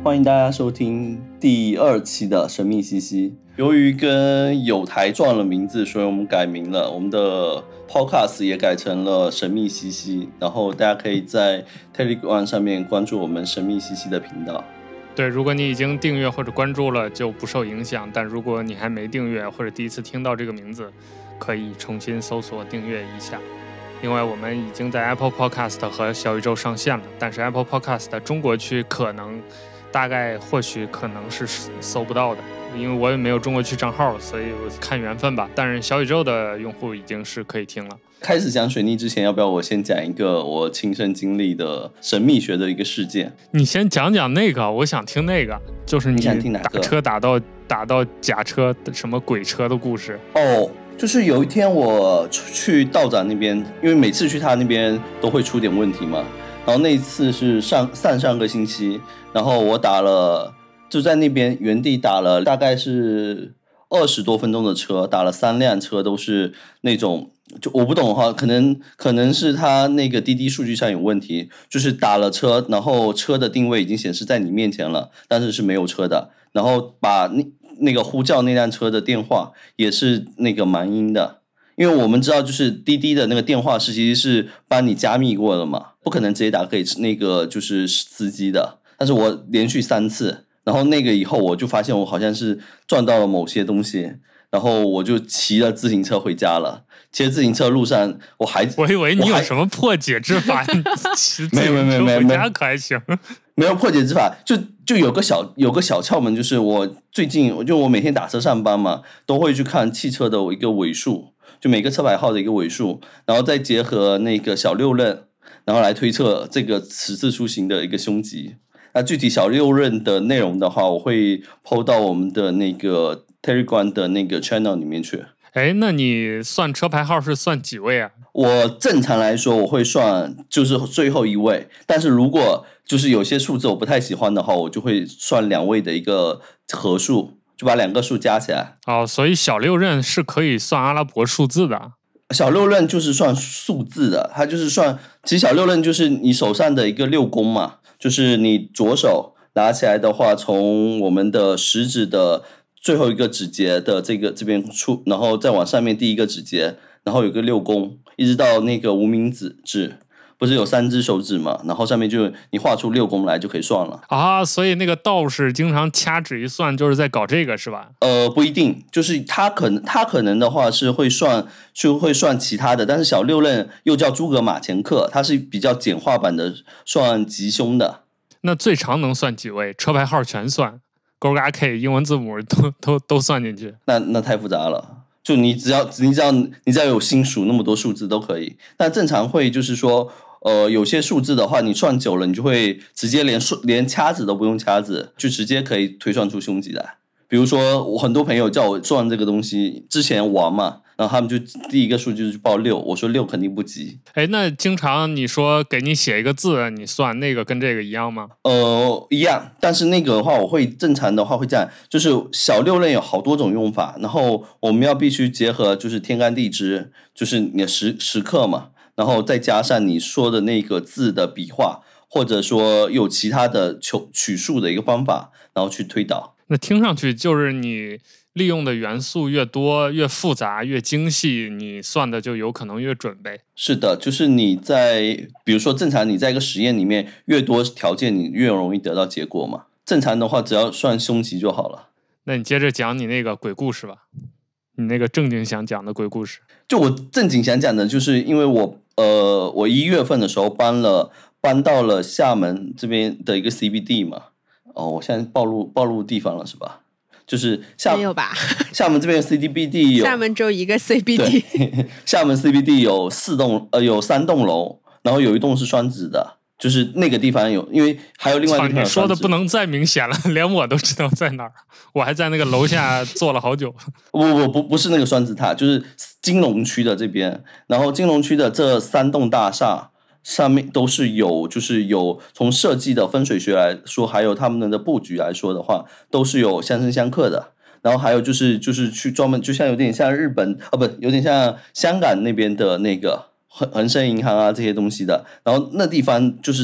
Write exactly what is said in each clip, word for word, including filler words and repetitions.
欢迎大家收听第二期的神秘西西。由于跟有台撞了名字，所以我们改名了，我们的 podcast 也改成了神秘西西，然后大家可以在 Telegram 上面关注我们神秘西西的频道。 对，如果你已经订阅或者关注了就不受影响，但如果你还没订阅或者第一次听到这个名字，可以重新搜索订阅一下。另外我们已经在 Apple Podcast 和小宇宙上线了，但是 Apple Podcast 的中国区可能大概或许可能是搜不到的，因为我也没有中国区账号，所以我看缘分吧。但是小宇宙的用户已经是可以听了。 开始讲水逆之前，要不要我先讲一个我亲身经历的神秘学的一个事件？ 你先讲讲那个，我想听那个，就是你打车打到打到假车什么鬼车的故事。 哦，就是有一天我去道长那边，因为每次去他那边都会出点问题嘛。然后那一次是上上上个星期，然后我打了，就在那边原地打了大概是二十多分钟的车，打了三辆车，都是那种就我不懂哈，可能可能是他那个滴滴数据上有问题，就是打了车，然后车的定位已经显示在你面前了，但是是没有车的，然后把那那个呼叫那辆车的电话也是那个盲音的。因为我们知道就是滴滴的那个电话是其实是帮你加密过的嘛，不可能直接打给那个就是司机的。但是我连续三次，然后那个以后我就发现我好像是撞到了某些东西，然后我就骑了自行车回家了。骑自行车路上我还我以为你有什么破解之法，骑自行车回家可还行。 没有破解之法，就就有个小有个小窍门，就是我最近就我每天打车上班嘛，都会去看汽车的一个尾数。就每个车牌号的一个尾数，然后再结合那个小六壬，然后来推测这个此次出行的一个凶吉。那具体小六壬的内容的话，我会 po 到我们的那个 Telegram 的那个 channel 里面去。 哎，那你算车牌号是算几位啊？ 我正常来说我会算就是最后一位，但是如果就是有些数字我不太喜欢的话，我就会算两位的一个合数。就把两个数加起来。 哦，所以小六壬是可以算阿拉伯数字的。 小六壬就是算数字的，它就是算，其实小六壬就是你手上的一个六宫嘛，就是你左手拿起来的话，从我们的食指的最后一个指节的这个这边出，然后再往上面第一个指节，然后有个六宫，一直到那个无名指指。不是有三只手指嘛，然后上面就你画出六宫来就可以算了啊。所以那个道士经常掐指一算就是在搞这个是吧？ 呃，不一定，就是他可能他可能的话是会算就会算其他的，但是小六壬又叫诸葛马前课，它是比较简化版的算吉凶的。 那最长能算几位？车牌号全算，勾嘎 K 英文字母都都都算进去？ 那那太复杂了。就你只要你只要你只要有心数那么多数字都可以，但正常会就是说，呃，有些数字的话，你算久了，你就会直接连连掐指都不用掐指，就直接可以推算出凶吉来。比如说，我很多朋友叫我算这个东西，之前玩嘛，然后他们就第一个数就是报六，我说六肯定不急。 哎，那经常你说给你写一个字，你算那个跟这个一样吗？ 呃，一样，但是那个的话，我会正常的话会这样，就是小六壬有好多种用法，然后我们要必须结合就是天干地支，就是你的时时刻嘛，然后再加上你说的那个字的笔画，或者说有其他的求取数的一个方法，然后去推导。 那听上去就是你利用的元素越多越复杂越精细，你算的就有可能越准呗。 是的，就是你在比如说正常你在一个实验里面越多条件你越容易得到结果嘛，正常的话只要算凶吉就好了。 那你接着讲你那个鬼故事吧，你那个正经想讲的鬼故事。 就我正经想讲的就是因为我呃我一月份的时候搬了搬到了厦门这边的一个 C B D 嘛。哦，我现在暴露暴露地方了是吧？就是厦没有吧？ 厦门这边 C B D 有， 厦门只有一个 C B D。 厦门 C B D 有四栋呃有三栋楼，然后有一栋是双子的，就是那个地方有，因为还有另外一个地方有双子。 你说的不能再明显了，连我都知道在哪儿，我还在那个楼下坐了好久。 不不不不是那个双子塔，就是金融区的这边，然后金融区的这三栋大厦。上面都是有，就是有从设计的风水学来说，还有他们的布局来说的话，都是有相生相克的。然后还有就是就是去专门，就像有点像日本啊，不，有点像香港那边的那个恒恒生银行啊这些东西的。然后那地方就是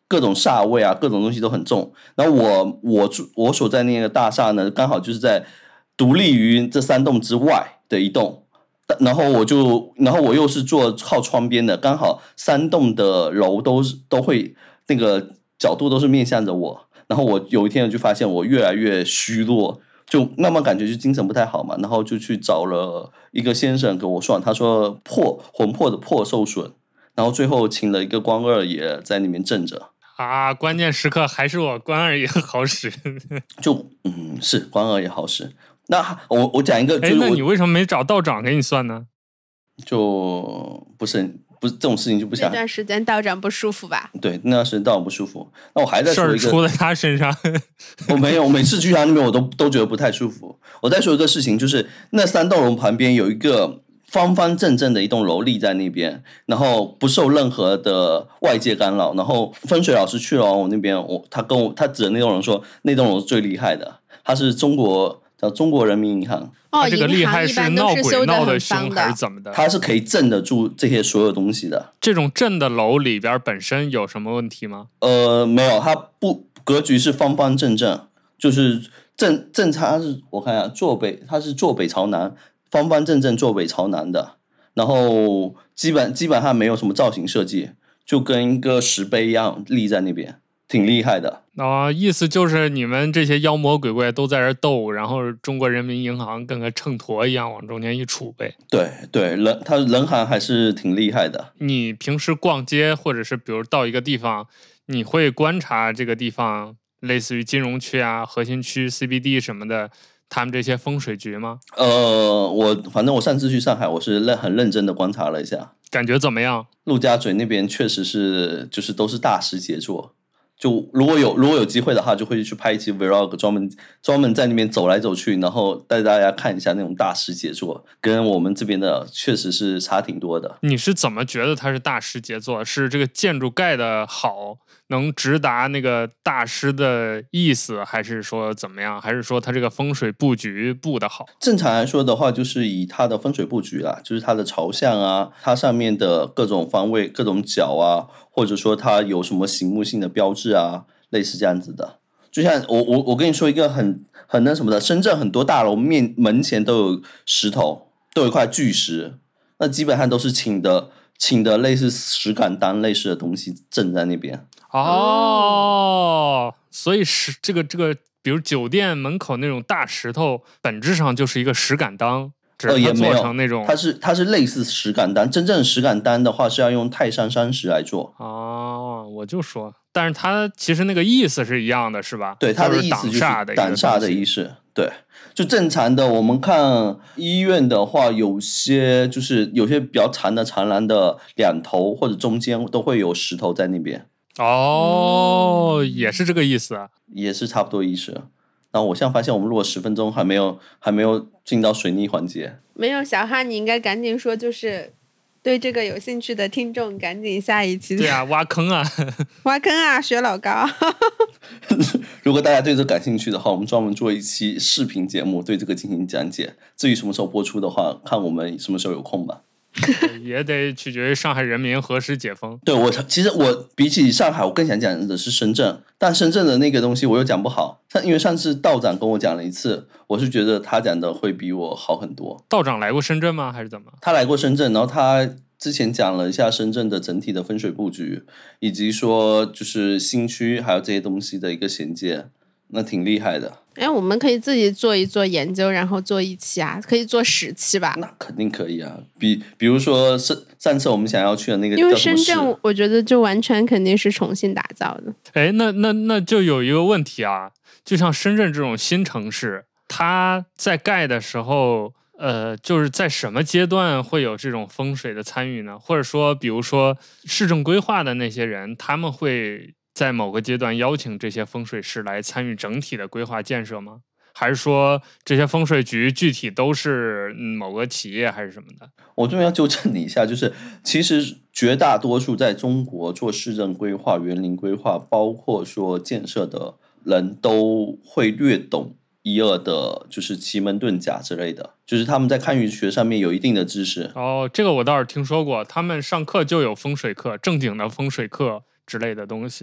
各种煞位啊，各种东西都很重。然后我我住我所在那个大厦呢，刚好就是在独立于这三栋之外的一栋。然后我就，然后我又是坐靠窗边的，刚好三栋的楼都是都会那个角度都是面向着我。然后我有一天就发现我越来越虚弱，就慢慢感觉就精神不太好嘛。然后就去找了一个先生给我算，他说魄魂魄的魄受损，然后最后请了一个关二爷在那边镇着。 啊，关键时刻还是我关二爷好使。 就嗯，是关二爷好使。那我我讲一个，就是那你为什么没找道长给你算呢？ 就不是不是这种事情就不想。 那段时间道长不舒服吧？ 对，那段时间道长不舒服。那我还在说一个事儿出在他身上。 我没有，我每次去他那边我都都觉得不太舒服。我再说一个事情，就是那三栋楼旁边有一个方方正正的一栋楼立在那边，然后不受任何的外界干扰。然后风水老师去了我那边，我他跟我他指着那栋楼说，那栋楼是最厉害的，它是中国。叫中国人民银行。 哦， 这个厉害是闹鬼闹的凶还是怎么的？ 它是可以镇得住这些所有东西的。 这种镇的楼里边本身有什么问题吗？ 呃，没有，它不格局是方方正正，就是正正它是我看一下坐北，它是坐北朝南，方方正正坐北朝南的。然后基本基本上没有什么造型设计，就跟一个石碑一样立在那边。挺厉害的啊、哦！意思就是你们这些妖魔鬼怪都在这斗，然后中国人民银行跟个秤砣一样往中间一杵呗。 对对，人他人行还是挺厉害的。 你平时逛街，或者是比如到一个地方，你会观察这个地方，类似于金融区啊、核心区、C B D 什么的，他们这些风水局吗？ 呃，我反正我上次去上海，我是认很认真的观察了一下， 感觉怎么样？ 陆家嘴那边确实是，就是都是大师杰作。就如果有如果有机会的话，就会去拍一期 vlog， 专门专门在那边走来走去，然后带大家看一下那种大师杰作，跟我们这边的确实是差挺多的。 你是怎么觉得它是大师杰作？是这个建筑盖的好，能直达那个大师的意思，还是说怎么样？还是说它这个风水布局布的好？ 正常来说的话，就是以它的风水布局啦，就是它的朝向啊，它上面的各种方位、各种角啊，或者说它有什么醒目性的标志啊，类似这样子的。就像我我我跟你说一个很很那什么的，深圳很多大楼面门前都有石头，都有一块巨石，那基本上都是请的请的类似石敢当类似的东西镇在那边。 哦，所以是这个这个，比如酒店门口那种大石头，本质上就是一个石敢当。 呃，也没有， 那种它是它是类似石敢当，真正石敢当的话是要用泰山山石来做。 哦，我就说，但是它其实那个意思是一样的，是吧？ 对，它的意思就是挡煞的意思。对，就正常的，我们看医院的话，有些就是有些比较长的长廊的两头或者中间都会有石头在那边。 哦，也是这个意思啊， 也是差不多意思。然后我现在发现，我们录了十分钟还没有还没有进到水逆环节。 没有，小哈，你应该赶紧说，就是对这个有兴趣的听众，赶紧下一期。 对啊，挖坑啊， 挖坑啊，学老高。 如果大家对这感兴趣的话，我们专门做一期视频节目，对这个进行讲解。至于什么时候播出的话，看我们什么时候有空吧。 也得取决于上海人民何时解封。 对，我其实我比起上海，我更想讲的是深圳，但深圳的那个东西我又讲不好，因为上次道长跟我讲了一次，我是觉得他讲的会比我好很多。 道长来过深圳吗？还是怎么？ 他来过深圳，然后他之前讲了一下深圳的整体的风水布局，以及说就是新区还有这些东西的一个衔接，那挺厉害的。 哎，我们可以自己做一做研究，然后做一期啊，可以做十期吧？ 那肯定可以啊，比比如说上上次我们想要去的那个， 因为深圳，我觉得就完全肯定是重新打造的。 哎，那那那就有一个问题啊，就像深圳这种新城市，它在盖的时候，呃，就是在什么阶段会有这种风水的参与呢？或者说，比如说市政规划的那些人，他们会在某个阶段邀请这些风水师来参与整体的规划建设吗？还是说这些风水局具体都是某个企业还是什么的？ 我这边要纠正你一下，就是其实绝大多数在中国做市政规划、园林规划，包括说建设的人都会略懂一二的，就是奇门遁甲之类的，就是他们在堪舆学上面有一定的知识。 哦，这个我倒是听说过，他们上课就有风水课，正经的风水课之类的东西。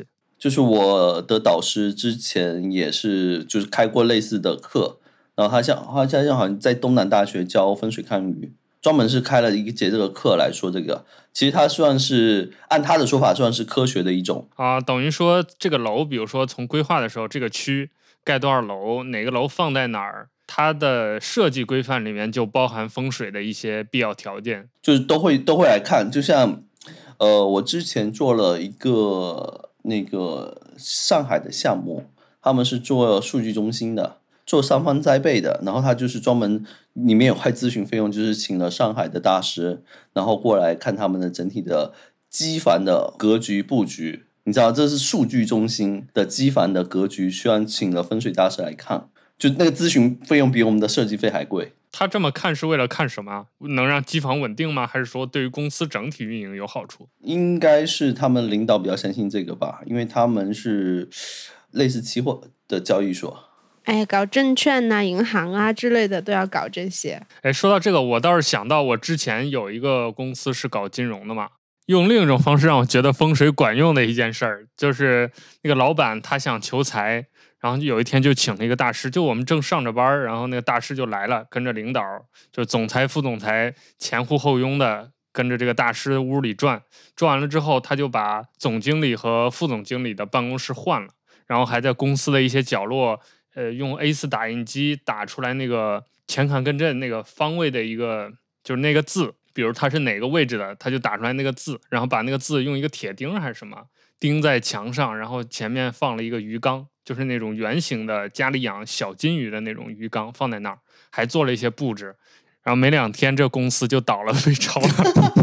就是我的导师之前也是就是开过类似的课，然后他像他现在好像在东南大学教风水看鱼，专门是开了一节这个课来说这个。其实他算是按他的说法算是科学的一种啊，等于说这个楼，比如说从规划的时候，这个区盖多少楼，哪个楼放在哪儿，它的设计规范里面就包含风水的一些必要条件， 就是都会都会来看。就像呃，我之前做了一个那个上海的项目，他们是做数据中心的，做三方栽培的，然后他就是专门里面有块咨询费用，就是请了上海的大师，然后过来看他们的整体的机房的格局布局。你知道这是数据中心的机房的格局，需要请了风水大师来看，就那个咨询费用比我们的设计费还贵。 他这么看是为了看什么？能让机房稳定吗？还是说对于公司整体运营有好处？ 应该是他们领导比较相信这个吧，因为他们是类似期货的交易所。 哎，搞证券呐、啊、银行啊之类的都要搞这些。 哎，说到这个，我倒是想到我之前有一个公司是搞金融的嘛，用另一种方式让我觉得风水管用的一件事儿，就是那个老板他想求财，然后有一天就请了一个大师，就我们正上着班，然后那个大师就来了，跟着领导，就总裁、副总裁前呼后拥的跟着这个大师屋里转，转完了之后，他就把总经理和副总经理的办公室换了，然后还在公司的一些角落，呃，用 A 四 打印机打出来那个乾坎艮震那个方位的一个，就是那个字。比如它是哪个位置的，他就打出来那个字，然后把那个字用一个铁钉还是什么钉在墙上，然后前面放了一个鱼缸，就是那种圆形的家里养小金鱼的那种鱼缸放在那儿，还做了一些布置，然后没两天这公司就倒了，被抄了。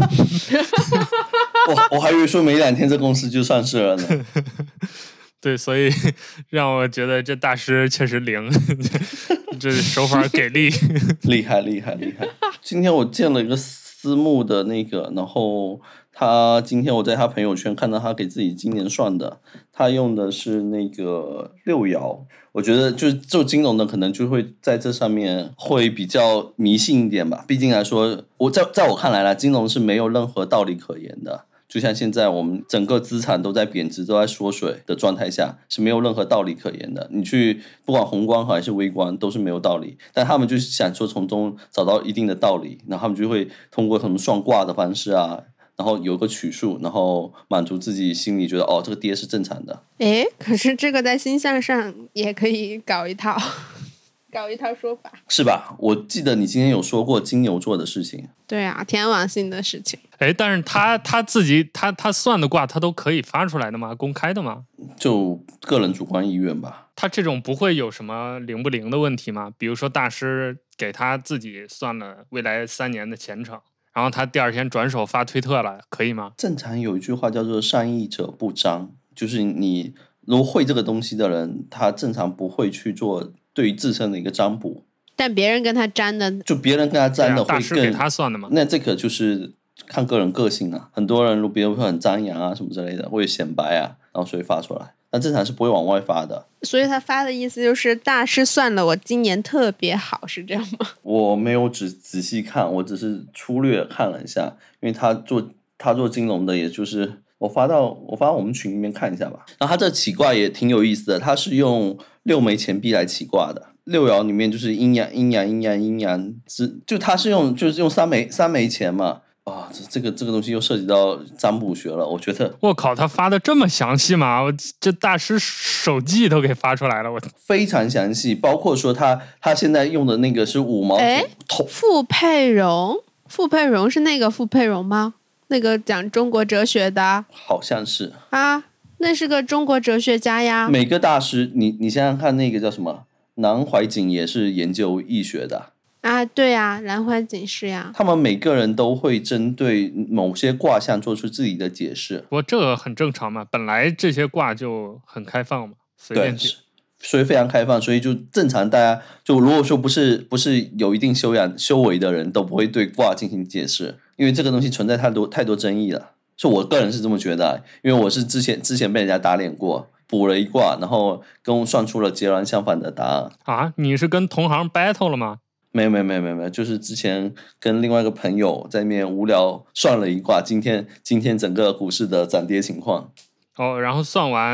我我还以为说没两天这公司就上市了呢。 对，所以让我觉得这大师确实灵，这手法给力， 厉害厉害厉害。今天我见了一个私募的那个，然后他今天我在他朋友圈看到他给自己今年算的，他用的是那个六爻。我觉得就做金融的可能就会在这上面会比较迷信一点吧，毕竟来说我在在我看来啦，金融是没有任何道理可言的，就像现在我们整个资产都在贬值都在缩水的状态下，是没有任何道理可言的，你去不管宏观还是微观都是没有道理，但他们就是想说从中找到一定的道理，然后他们就会通过什么算卦的方式啊，然后有个取数，然后满足自己心里觉得哦这个跌是正常的。 诶，可是这个在星象上也可以搞一套搞一套说法， 是吧？我记得你今天有说过金牛座的事情。 对啊，天王星的事情。 哎，但是他他自己他他算的卦他都可以发出来的吗？公开的吗？ 就个人主观意愿吧。 他这种不会有什么灵不灵的问题吗？比如说大师给他自己算了未来三年的前程，然后他第二天转手发推特了，可以吗？ 正常有一句话叫做善意者不彰，就是你如果会这个东西的人，他正常不会去做对于自身的一个占卜， 但别人跟他占的， 就别人跟他占的会更、 啊、大师给他算的吗？ 那这个就是看个人个性啊，很多人如比如说很张扬啊什么之类的，会显摆啊，然后所以发出来，但正常是不会往外发的。 所以他发的意思就是大师算了我今年特别好，是这样吗？ 我没有仔仔细看，我只是粗略看了一下，因为他做他做金融的，也就是我发到我发到我们群里面看一下吧。然后他这起卦也挺有意思的，他是用六枚钱币来起卦的。六爻里面就是阴阳阴阳阴阳阴阳之，就他是用就是用三枚三枚钱嘛。啊、哦，这这个这个东西又涉及到占卜学了，我觉得。 我靠，他发的这么详细吗？我这大师手记都给发出来了，我非常详细，包括说他他现在用的那个是五毛钱。 傅佩荣，傅佩荣是那个傅佩荣吗？那个讲中国哲学的， 好像是啊，那是个中国哲学家呀。 每个大师，你你想想看，那个叫什么南怀瑾也是研究易学的。 啊，对啊，南怀瑾是呀。 他们每个人都会针对某些卦象做出自己的解释。 不过这个很正常嘛，本来这些卦就很开放嘛，随便解。 所以非常开放，所以就正常大家就如果说不是不是有一定修养修为的人，都不会对卦进行解释，因为这个东西存在太多太多争议了。是我个人是这么觉得，因为我是之前之前被人家打脸过。补了一卦，然后跟我算出了截然相反的答案。 啊，你是跟同行 battle 了吗？ 没有没有没有没有没有，就是之前跟另外一个朋友在那边无聊算了一卦，今天今天整个股市的涨跌情况。 哦，然后算完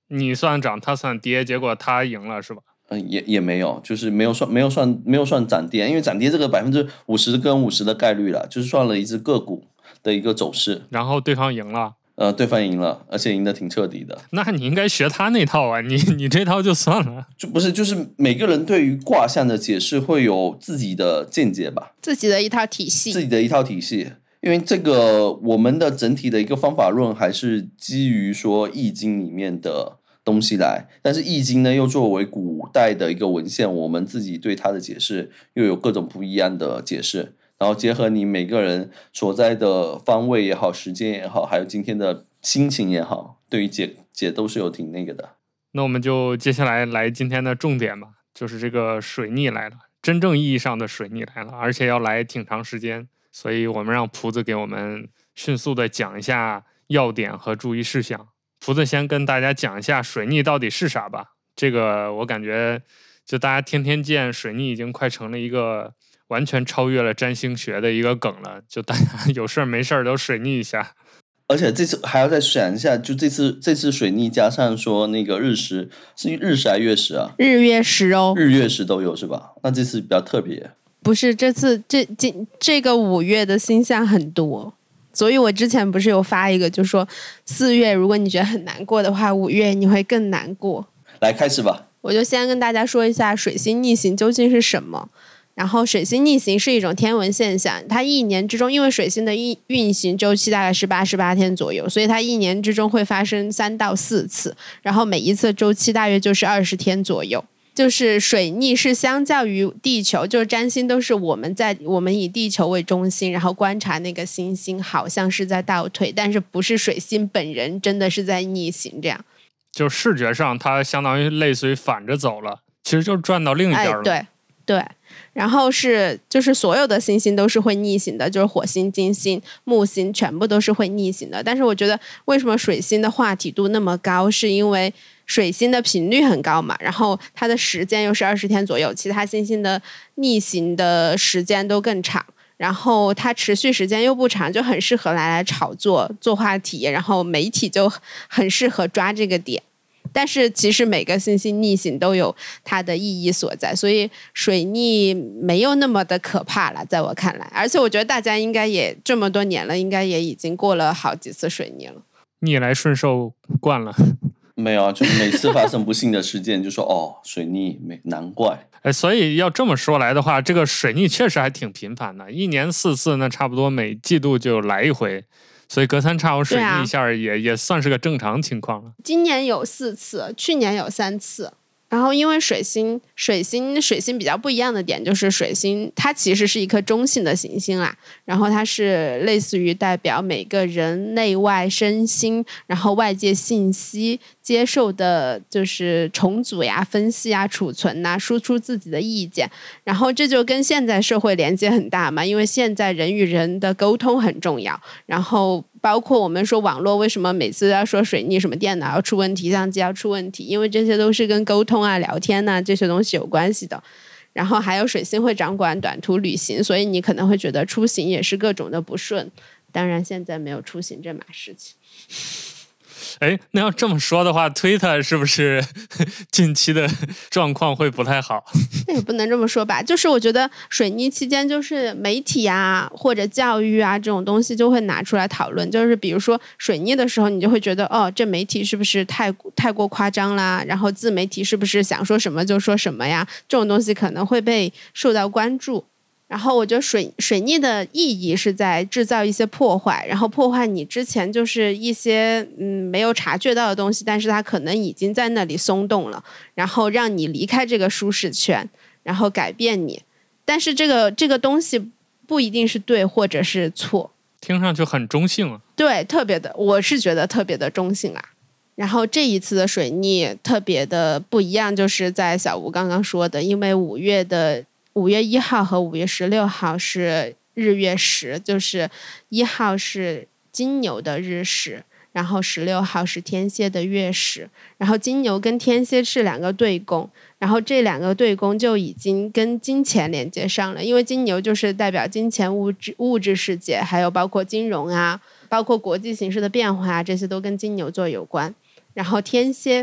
你算涨，他算跌，结果他赢了是吧？ 嗯，也也没有，就是没有算没有算没有算涨跌，因为涨跌这个百分之五十跟五十的概率了，就是算了一只个股的一个走势。 然后对方赢了。 呃，对方赢了，而且赢得挺彻底的。 那你应该学他那套啊，你你这套就算了。 就不是，就是每个人对于卦象的解释会有自己的见解吧， 自己的一套体系， 自己的一套体系。因为这个我们的整体的一个方法论还是基于说易经里面的东西来，但是易经呢又作为古代的一个文献，我们自己对它的解释又有各种不一样的解释。然后结合你每个人所在的方位也好，时间也好，还有今天的心情也好，对于解解都是有挺那个的。 那我们就接下来来今天的重点吧，就是这个水逆来了，真正意义上的水逆来了，而且要来挺长时间，所以我们让璞子给我们迅速的讲一下要点和注意事项。璞子先跟大家讲一下水逆到底是啥吧。这个我感觉就大家天天见水逆已经快成了一个完全超越了占星学的一个梗了，就大家有事没事都水逆一下。 而且这次还要再想一下，就这次这次水逆加上说那个日食，是日食还是月食啊？ 日月食哦， 日月食都有是吧？那这次比较特别。 不是，这次这这这个五月的星象很多，所以我之前不是有发一个，就说四月如果你觉得很难过的话，五月你会更难过。 来开始吧， 我就先跟大家说一下水星逆行究竟是什么。然后水星逆行是一种天文现象，它一年之中，因为水星的运行周期大概是八十八天左右，所以它一年之中会发生三到四次，然后每一次周期大约就是二十天左右。就是水逆是相较于地球，就是占星都是我们在我们以地球为中心，然后观察那个星星好像是在倒退，但是不是水星本人真的是在逆行，这样就视觉上它相当于类似于反着走了，其实就转到另一边了。 哎、对对，然后是就是所有的星星都是会逆行的，就是火星、金星、木星全部都是会逆行的。但是我觉得为什么水星的话题度那么高，是因为水星的频率很高嘛，然后它的时间又是二十天左右，其他星星的逆行的时间都更长，然后它持续时间又不长，就很适合来来炒作做话题，然后媒体就很适合抓这个点。但是其实每个星星逆行都有它的意义所在，所以水逆没有那么的可怕了，在我看来。而且我觉得大家应该也这么多年了，应该也已经过了好几次水逆了， 逆来顺受惯了。 没有啊，就每次发生不幸的事件就说哦水逆，没难怪。 哎，所以要这么说来的话，这个水逆确实还挺频繁的，一年四次，那差不多每季度就来一回。所以隔三差五水逆一下也、啊、也算是个正常情况了。 今年有四次，去年有三次。然后因为水星水星水星比较不一样的点就是水星它其实是一颗中性的行星啦，然后它是类似于代表每个人内外身心，然后外界信息接受的就是重组呀、分析呀、储存呐、输出自己的意见，然后这就跟现在社会连接很大嘛，因为现在人与人的沟通很重要，然后包括我们说网络为什么每次要说水逆，什么电脑要出问题，相机要出问题，因为这些都是跟沟通啊、聊天啊这些东西有关系的。然后还有水星会掌管短途旅行，所以你可能会觉得出行也是各种的不顺。当然现在没有出行这码事情。 哎，那要这么说的话 Twitter 是不是近期的状况会不太好？ 那也不能这么说吧，就是我觉得水逆期间就是媒体啊或者教育啊这种东西就会拿出来讨论，就是比如说水逆的时候你就会觉得哦，这媒体是不是太太过夸张啦，然后自媒体是不是想说什么就说什么呀，这种东西可能会被受到关注。然后我觉得水水逆的意义是在制造一些破坏，然后破坏你之前就是一些嗯没有察觉到的东西，但是它可能已经在那里松动了，然后让你离开这个舒适圈，然后改变你。但是这个这个东西不一定是对或者是错， 听上去很中性啊。 对，特别的，我是觉得特别的中性啦。然后这一次的水逆特别的不一样，就是在小吴刚刚说的，因为五月的五月一号和五月十六号是日月食，就是一号是金牛的日食，然后十六号是天蝎的月食，然后金牛跟天蝎是两个对宫，然后这两个对宫就已经跟金钱连接上了，因为金牛就是代表金钱物质物质世界，还有包括金融啊，包括国际形势的变化啊，这些都跟金牛座有关。然后天蝎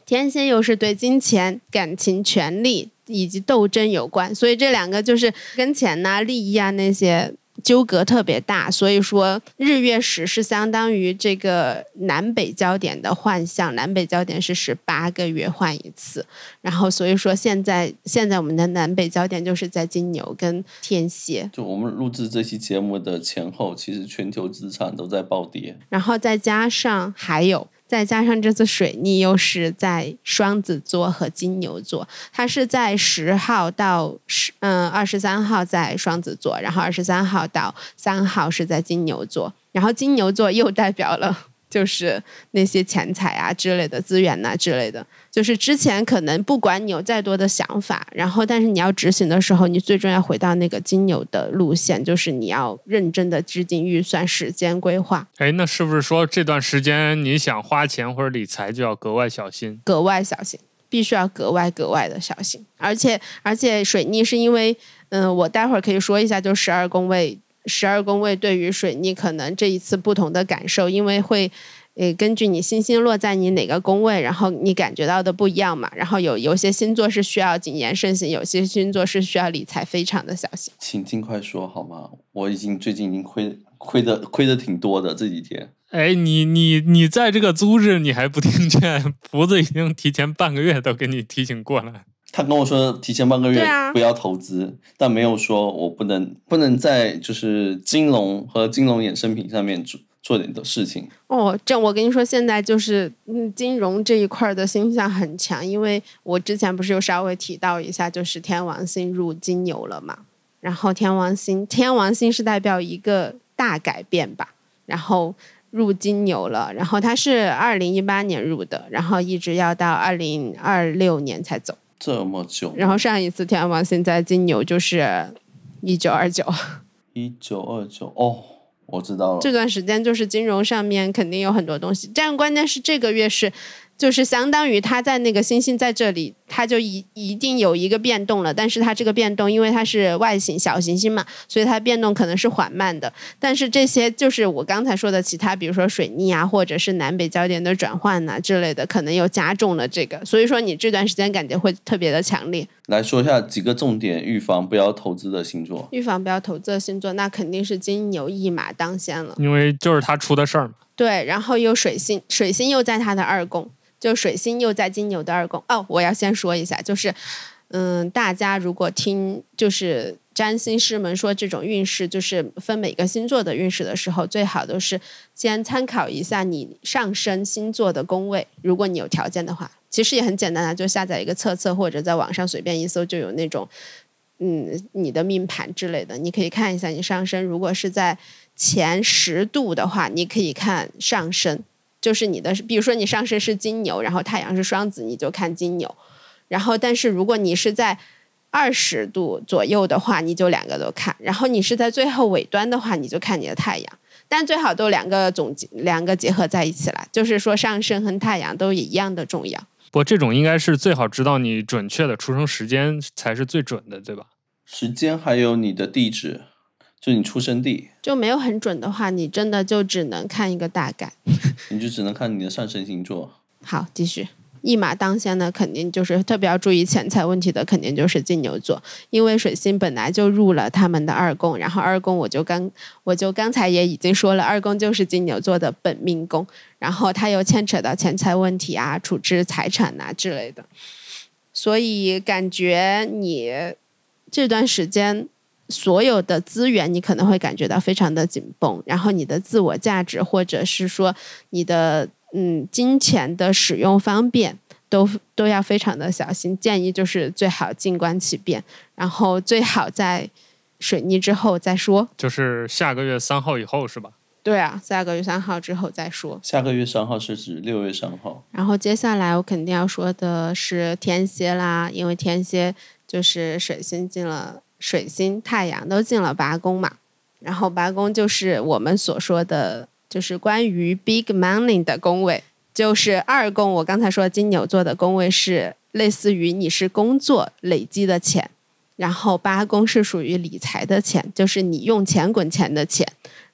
天蝎又是对金钱、感情、权利以及斗争有关，所以这两个就是跟钱啊、利益啊那些纠葛特别大，所以说日月食是相当于这个南北焦点的换向，南北焦点是十八个月换一次，然后所以说现在现在我们的南北焦点就是在金牛跟天蝎。 就我们录制这期节目的前后，其实全球资产都在暴跌， 然后再加上还有再加上这次水逆又是在双子座和金牛座，它是在十号到嗯二十三号在双子座，然后二十三号到三号是在金牛座，然后金牛座又代表了就是那些钱财啊之类的资源啊之类的，就是之前可能不管你有再多的想法，然后但是你要执行的时候，你最终要回到那个金牛的路线，就是你要认真的制定预算、时间规划。 哎，那是不是说这段时间你想花钱或者理财就要格外小心？ 格外小心，必须要格外格外的小心。而且而且水逆是因为，嗯、呃，我待会儿可以说一下，就十二宫位。十二宫位对于水逆可能这一次不同的感受，因为会呃根据你星星落在你哪个宫位，然后你感觉到的不一样嘛。然后有有些星座是需要谨言慎行，有些星座是需要理财非常的小心。 请尽快说好吗？我已经最近已经亏亏的亏的挺多的这几天。 哎，你你你在这个租日你还不听劝，福子已经提前半个月都给你提醒过了。 他跟我说提前半个月啊不要投资，但没有说我不能不能在就是金融和金融衍生品上面做做点的事情。 哦，这我跟你说，现在就是嗯，金融这一块的星象很强，因为我之前不是有稍微提到一下，就是天王星入金牛了嘛。然后天王星，天王星是代表一个大改变吧，然后入金牛了，然后它是二零一八年入的，然后一直要到二零二六年才走。 这么久， 然后上一次天王星在金牛就是一九二九， 一九二九哦，我知道了。 这段时间就是金融上面肯定有很多东西，但关键是这个月是就是相当于它在那个星星在这里，它就一一定有一个变动了，但是它这个变动因为它是外行小行星嘛，所以它变动可能是缓慢的，但是这些就是我刚才说的其他比如说水逆啊或者是南北焦点的转换啊之类的，可能又加重了这个，所以说你这段时间感觉会特别的强烈。 来说一下几个重点预防不要投资的星座。 预防不要投资的星座那肯定是金牛一马当先了， 因为就是他出的事儿嘛。 对，然后有水星，水星又在他的二宫，就水星又在金牛的二宫。哦，我要先说一下，就是嗯，大家如果听就是占星师们说这种运势，就是分每个星座的运势的时候，最好都是先参考一下你上升星座的宫位，如果你有条件的话，其实也很简单的，就下载一个测测，或者在网上随便一搜就有那种嗯你的命盘之类的，你可以看一下你上升，如果是在前十度的话，你可以看上升，就是你的，比如说你上升是金牛，然后太阳是双子，你就看金牛。然后，但是如果你是在二十度左右的话，你就两个都看。然后你是在最后尾端的话，你就看你的太阳。但最好都两个总两个结合在一起了，就是说上升和太阳都一样的重要。 不过这种应该是最好知道你准确的出生时间才是最准的，对吧？ 时间还有你的地址。就你出生地就没有很准的话，你真的就只能看一个大概， 你就只能看你的上升星座。 好，继续。一马当先呢，肯定就是特别要注意钱财问题的，肯定就是金牛座，因为水星本来就入了他们的二宫，然后二宫我就刚我就刚才也已经说了，二宫就是金牛座的本命宫，然后它又牵扯到钱财问题啊、处置财产啊之类的，所以感觉你这段时间所有的资源你可能会感觉到非常的紧绷，然后你的自我价值或者是说你的嗯金钱的使用方便都都要非常的小心，建议就是最好静观其变，然后最好在水逆之后再说， 就是下个月三号以后是吧？ 对啊，下个月三号之后再说。 下个月三号是指六月三号。 然后接下来我肯定要说的是天蝎啦，因为天蝎就是水星进了水星太阳都进了八宫嘛，然后八宫就是我们所说的就是关于 big money 的宫位，就是二宫我刚才说金牛座的宫位是类似于你是工作累积的钱，然后八宫是属于理财的钱，就是你用钱滚钱的钱，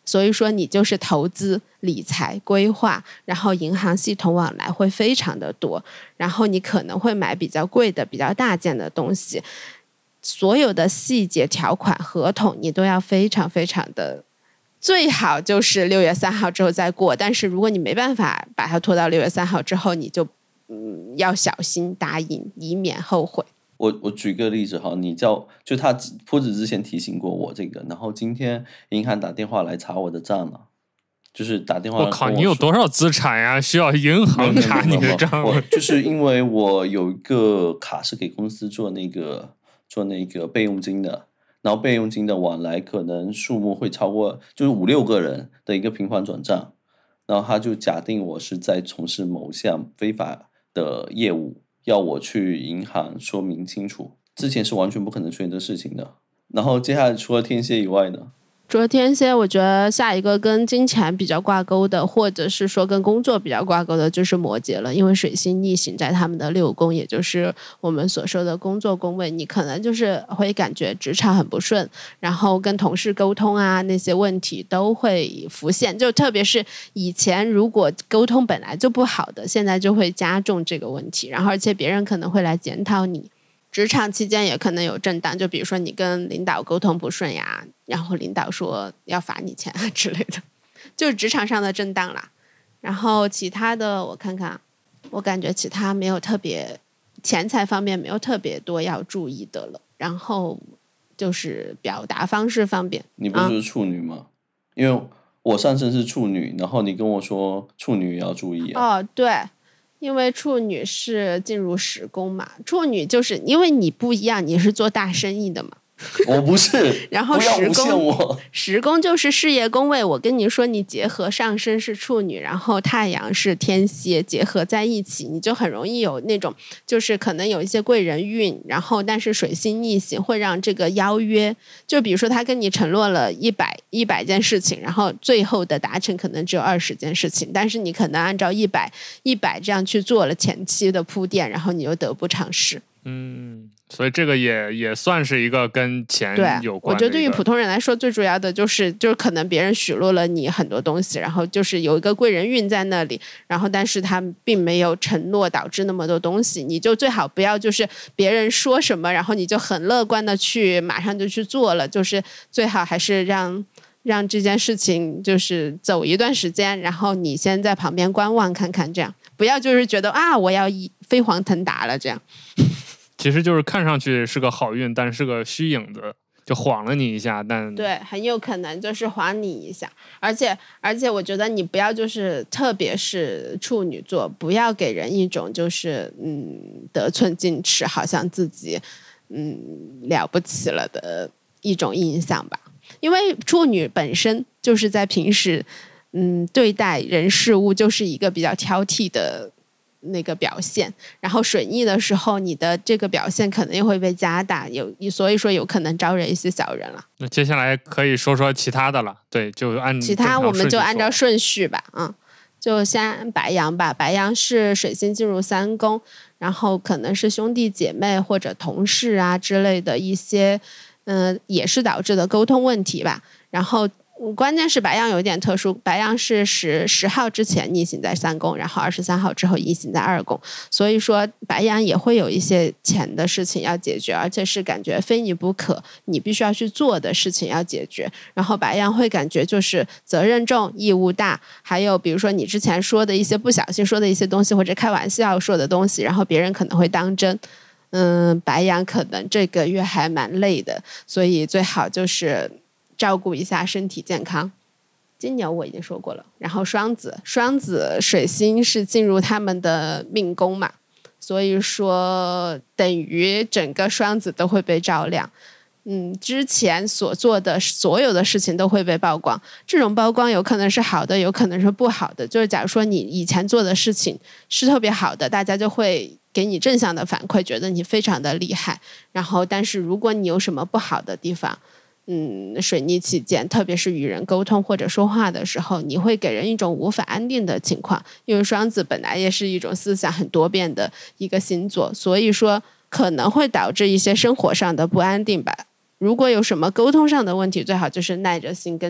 所以说你就是投资理财规划，然后银行系统往来会非常的多，然后你可能会买比较贵的比较大件的东西，所有的细节条款合同你都要非常非常的，最好就是六月三号之后再过，但是如果你没办法把它拖到六月三号之后，你就嗯要小心答应，以免后悔。 我我举个例子哈，你叫就他铺子之前提醒过我这个，然后今天银行打电话来查我的账了，就是打电话。 我靠，你有多少资产呀？需要银行查你的账？ 我就是因为我有一个卡是给公司做那个做那个备用金的，然后备用金的往来可能数目会超过就是五六个人的一个频繁转账，然后他就假定我是在从事某项非法的业务。要我去银行说明清楚，之前是完全不可能出现这事情的。然后接下来除了天蝎以外呢？ 除了天蝎，我觉得下一个跟金钱比较挂钩的，或者是说跟工作比较挂钩的，就是摩羯了。因为水星逆行在他们的六宫，也就是我们所说的工作宫位，你可能就是会感觉职场很不顺，然后跟同事沟通啊那些问题都会浮现。就特别是以前如果沟通本来就不好的，现在就会加重这个问题，然后而且别人可能会来检讨你。职场期间也可能有震荡，就比如说你跟领导沟通不顺呀，然后领导说要罚你钱啊之类的，就是职场上的震荡啦。然后其他的我看看，我感觉其他没有特别，钱财方面没有特别多要注意的了。然后就是表达方式方面， 你不是处女吗？啊、因为我上升是处女，然后你跟我说处女也要注意啊。 哦，对。因为处女是进入十宫嘛，处女就是因为你不一样，你是做大生意的嘛。 我不是， 然后十宫， 十宫就是事业宫位。我跟你说，你结合上升是处女，然后太阳是天蝎，结合在一起，你就很容易有那种，就是可能有一些贵人运，然后但是水星逆行会让这个邀约，就比如说他跟你承诺了一百一百件事情，然后最后的达成可能只有二十件事情，但是你可能按照一百一百这样去做了前期的铺垫，然后你又得不偿失。 嗯，所以这个也也算是一个跟钱有关的。 对，我觉得对于普通人来说，最主要的就是就是可能别人许诺了你很多东西，然后就是有一个贵人运在那里，然后但是他并没有承诺，导致那么多东西，你就最好不要就是别人说什么，然后你就很乐观的去马上就去做了，就是最好还是让让这件事情就是走一段时间，然后你先在旁边观望看看，这样不要就是觉得啊我要飞黄腾达了这样。 其实就是看上去是个好运，但是个虚影子，就晃了你一下，但对，很有可能就是晃你一下。而且而且我觉得你不要就是特别是处女座，不要给人一种就是嗯得寸进尺，好像自己嗯了不起了的一种印象吧。因为处女本身就是在平时嗯对待人事物就是一个比较挑剔的那个表现，然后水逆的时候你的这个表现可能又会被加大，有所以说有可能招惹一些小人了。 那接下来可以说说其他的了。对，就按其他我们就按照顺序吧。嗯，就先白羊吧。白羊是水星进入三宫，然后可能是兄弟姐妹或者同事啊之类的一些嗯、呃，也是导致的沟通问题吧。然后关键是白羊有一点特殊，白羊是十十号之前逆行在三宫，然后二十三号之后逆行在二宫，所以说白羊也会有一些钱的事情要解决，而且是感觉非你不可，你必须要去做的事情要解决。然后白羊会感觉就是责任重、义务大，还有比如说你之前说的一些不小心说的一些东西，或者开玩笑说的东西，然后别人可能会当真。嗯，白羊可能这个月还蛮累的，所以最好就是照顾一下身体健康。金牛我已经说过了，然后双子，双子水星是进入他们的命宫嘛，所以说等于整个双子都会被照亮。嗯，之前所做的所有的事情都会被曝光，这种曝光有可能是好的，有可能是不好的。就是假如说你以前做的事情是特别好的，大家就会给你正向的反馈，觉得你非常的厉害。然后但是如果你有什么不好的地方，嗯，水逆期间，特别是与人沟通或者说话的时候，你会给人一种无法安定的情况。因为双子本来也是一种思想很多变的一个星座，所以说可能会导致一些生活上的不安定吧。如果有什么沟通上的问题，最好就是耐着心跟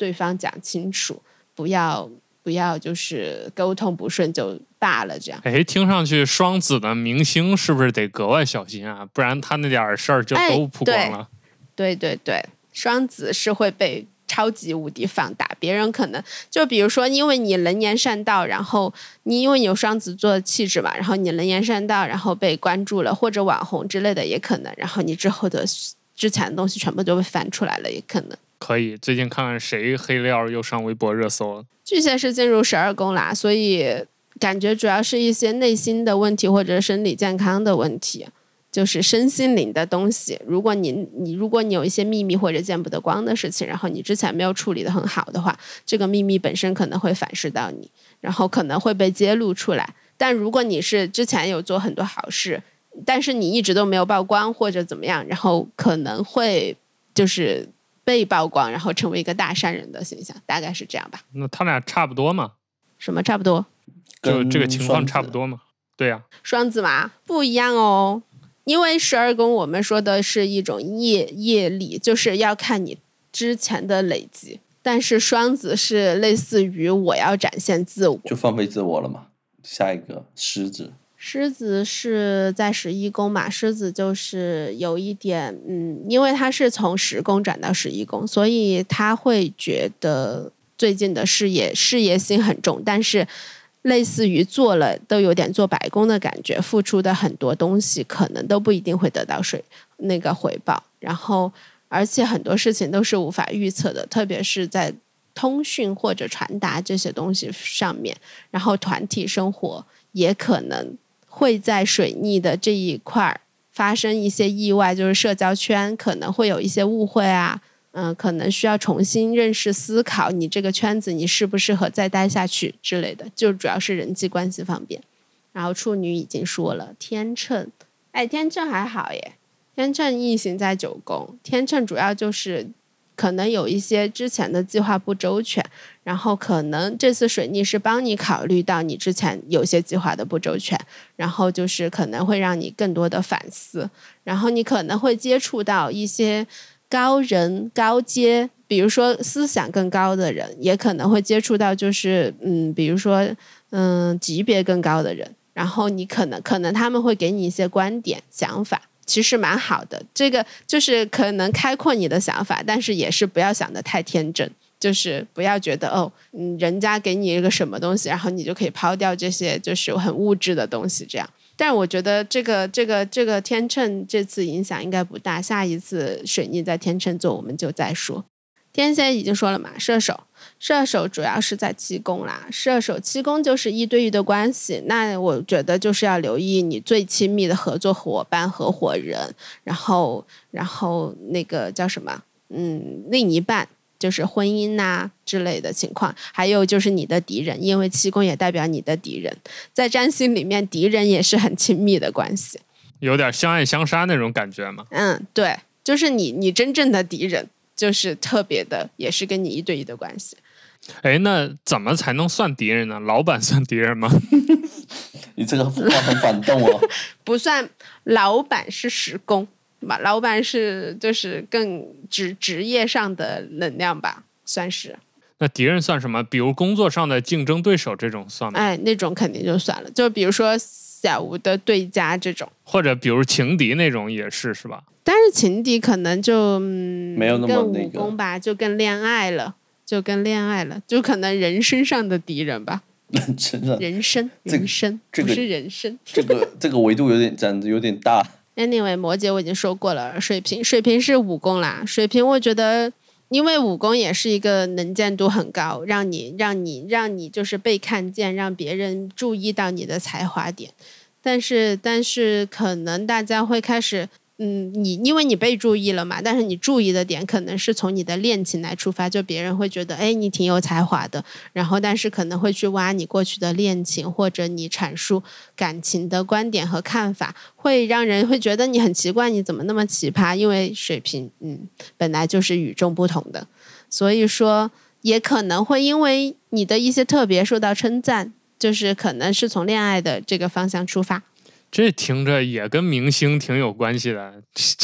对方讲清楚，不要不要就是沟通不顺就罢了这样。 哎，听上去双子的明星是不是得格外小心啊？不然他那点事儿就都曝光了。 哎、对对对对，双子是会被超级无敌放大，别人可能就比如说因为你能言善道，然后你因为你有双子座的气质嘛，然后你能言善道，然后被关注了，或者网红之类的也可能，然后你之后的之前的东西全部都被翻出来了也可能。 可以，最近看看谁黑料又上微博热搜了。 巨蟹是进入十二宫啦，所以感觉主要是一些内心的问题或者生理健康的问题，就是身心灵的东西。如果你你如果你有一些秘密或者见不得光的事情，然后你之前没有处理的很好的话，这个秘密本身可能会反噬到你，然后可能会被揭露出来。但如果你是之前有做很多好事，但是你一直都没有曝光或者怎么样，然后可能会就是被曝光，然后成为一个大善人的形象，大概是这样吧。 那他俩差不多嘛？ 什么差不多？ 就这个情况差不多嘛？对呀、啊， 双子嘛不一样哦，因为十二宫我们说的是一种业业力，就是要看你之前的累积，但是双子是类似于我要展现自我， 就放飞自我了嘛。下一个狮子。 狮子是在十一宫嘛，狮子就是有一点嗯，因为他是从十宫转到十一宫，所以他会觉得最近的事业事业心很重，但是类似于做了都有点做白工的感觉，付出的很多东西可能都不一定会得到水那个回报，然后而且很多事情都是无法预测的，特别是在通讯或者传达这些东西上面，然后团体生活也可能会在水逆的这一块发生一些意外，就是社交圈可能会有一些误会啊，嗯、呃，可能需要重新认识思考你这个圈子你适不适合再待下去之类的，就主要是人际关系方面。然后处女已经说了，天秤，哎，天秤还好耶，天秤逆行在九宫，天秤主要就是可能有一些之前的计划不周全，然后可能这次水逆是帮你考虑到你之前有些计划的不周全，然后就是可能会让你更多的反思，然后你可能会接触到一些高人高阶，比如说思想更高的人，也可能会接触到就是嗯，比如说嗯级别更高的人，然后你可能可能他们会给你一些观点想法，其实蛮好的，这个就是可能开阔你的想法，但是也是不要想得太天真，就是不要觉得哦，嗯，人家给你一个什么东西，然后你就可以抛掉这些就是很物质的东西这样。但是我觉得这个这个这个天秤这次影响应该不大，下一次水逆在天秤座我们就再说。天蝎已经说了嘛，射手射手主要是在七宫啦，射手七宫就是一对一的关系，那我觉得就是要留意你最亲密的合作伙伴合伙人，然后然后那个叫什么嗯，另一半就是婚姻啊之类的情况，还有就是你的敌人，因为七宫也代表你的敌人，在占星里面敌人也是很亲密的关系， 有点相爱相杀那种感觉嘛。 嗯，对，就是你你真正的敌人就是特别的也是跟你一对一的关系。 哎，那怎么才能算敌人呢？老板算敌人吗？ 你这个话很反动哦。 不算，老板是十宫吧，老板是就是更职职业上的能量吧，算是。 那敌人算什么？比如工作上的竞争对手这种算吗？ 哎，那种肯定就算了，就比如说小吴的对家这种， 或者比如情敌那种也是是吧？ 但是情敌可能就、嗯、 没有那么更那个武功吧，就更恋爱了，就更恋爱了，就可能人身上的敌人吧。 人身上人生人生、 这个、 不是人生， 这个这个维度有点讲的有点大。 Anyway， 摩羯我已经说过了，水瓶水瓶是武功啦，水瓶我觉得因为武功也是一个能见度很高，让你让你让你就是被看见，让别人注意到你的才华点，但是但是可能大家会开始嗯，你因为你被注意了嘛，但是你注意的点可能是从你的恋情来出发，就别人会觉得哎你挺有才华的，然后但是可能会去挖你过去的恋情，或者你阐述感情的观点和看法，会让人会觉得你很奇怪，你怎么那么奇葩，因为水瓶嗯本来就是与众不同的，所以说也可能会因为你的一些特别受到称赞，就是可能是从恋爱的这个方向出发。 这听着也跟明星挺有关系的，这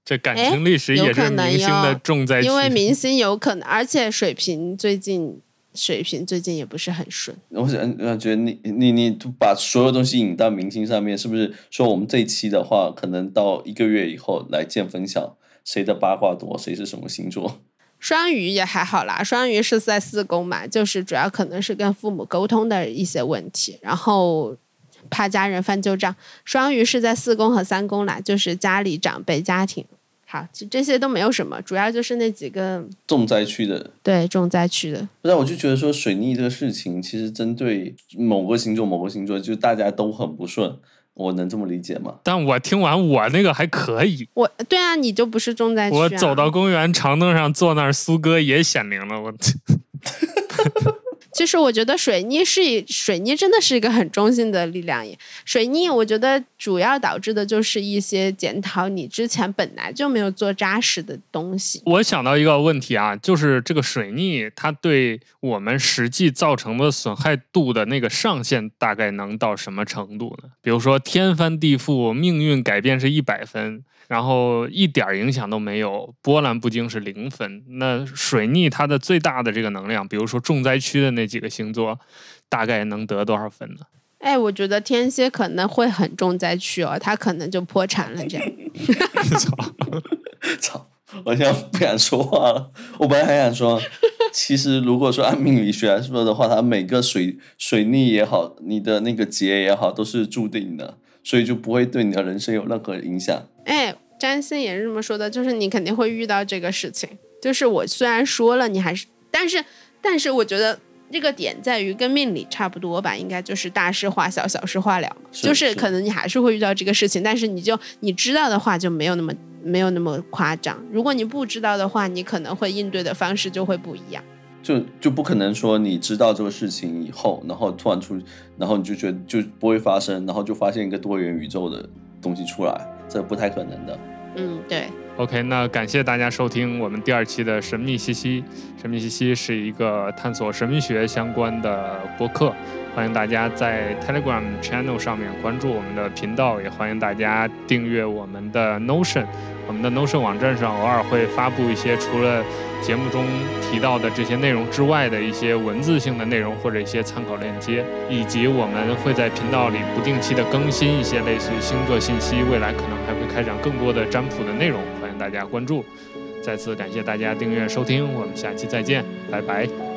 这感情历史也是明星的重灾区， 因为明星有可能，而且水瓶最近水瓶最近也不是很顺。 我想觉得你你你把所有东西引到明星上面，是不是说我们这一期的话，可能到一个月以后来见分晓，谁的八卦多，谁是什么星座？ 双鱼也还好啦，双鱼是在四宫嘛，就是主要可能是跟父母沟通的一些问题，然后怕家人翻旧账。双鱼是在四宫和三宫啦，就是家里长辈家庭。好，这些都没有什么，主要就是那几个重灾区的， 对，重灾区的。 不是，我就觉得说水逆这个事情，其实针对某个星座、某个星座，就大家都很不顺，我能这么理解吗？ 但我听完我那个还可以， 我对啊，你就不是重灾区、啊。 我走到公园长凳上坐那儿，苏哥也显灵了，我。 其实我觉得水逆是水逆真的是一个很中性的力量。水逆我觉得主要导致的就是一些检讨你之前本来就没有做扎实的东西。 我想到一个问题啊，就是这个水逆它对我们实际造成的损害度的那个上限大概能到什么程度呢？比如说天翻地覆，命运改变是一百分，然后一点影响都没有，波澜不惊是零分。那水逆它的最大的这个能量，比如说重灾区的那几个星座，大概能得多少分呢？ 哎，我觉得天蝎可能会很重灾区哦，他可能就破产了这样。 操操！我现在不敢说话了。我本来还想说，其实如果说按命理学来说的话，它每个水水逆也好，你的那个劫也好，都是注定的，所以就不会对你的人生有任何影响。 哎，占星也是这么说的，就是你肯定会遇到这个事情。就是我虽然说了，你还是，但是但是我觉得这个点在于跟命理差不多吧，应该就是大事化小，小事化了嘛。 是就是可能你还是会遇到这个事情，但是你就你知道的话就没有那么没有那么夸张。如果你不知道的话，你可能会应对的方式就会不一样。 就就不可能说你知道这个事情以后，然后突然出，然后你就觉得就不会发生，然后就发现一个多元宇宙的东西出来，这不太可能的。 嗯，对。 OK， 那感谢大家收听我们第二期的神秘西西。神秘西西是一个探索神秘学相关的播客，欢迎大家在 Telegram Channel 上面关注我们的频道，也欢迎大家订阅我们的 Notion。我们的 Notion 网站上偶尔会发布一些除了节目中提到的这些内容之外的一些文字性的内容或者一些参考链接，以及我们会在频道里不定期的更新一些类似于星座信息，未来可能还会开展更多的占卜的内容，欢迎大家关注。再次感谢大家订阅收听，我们下期再见，拜拜。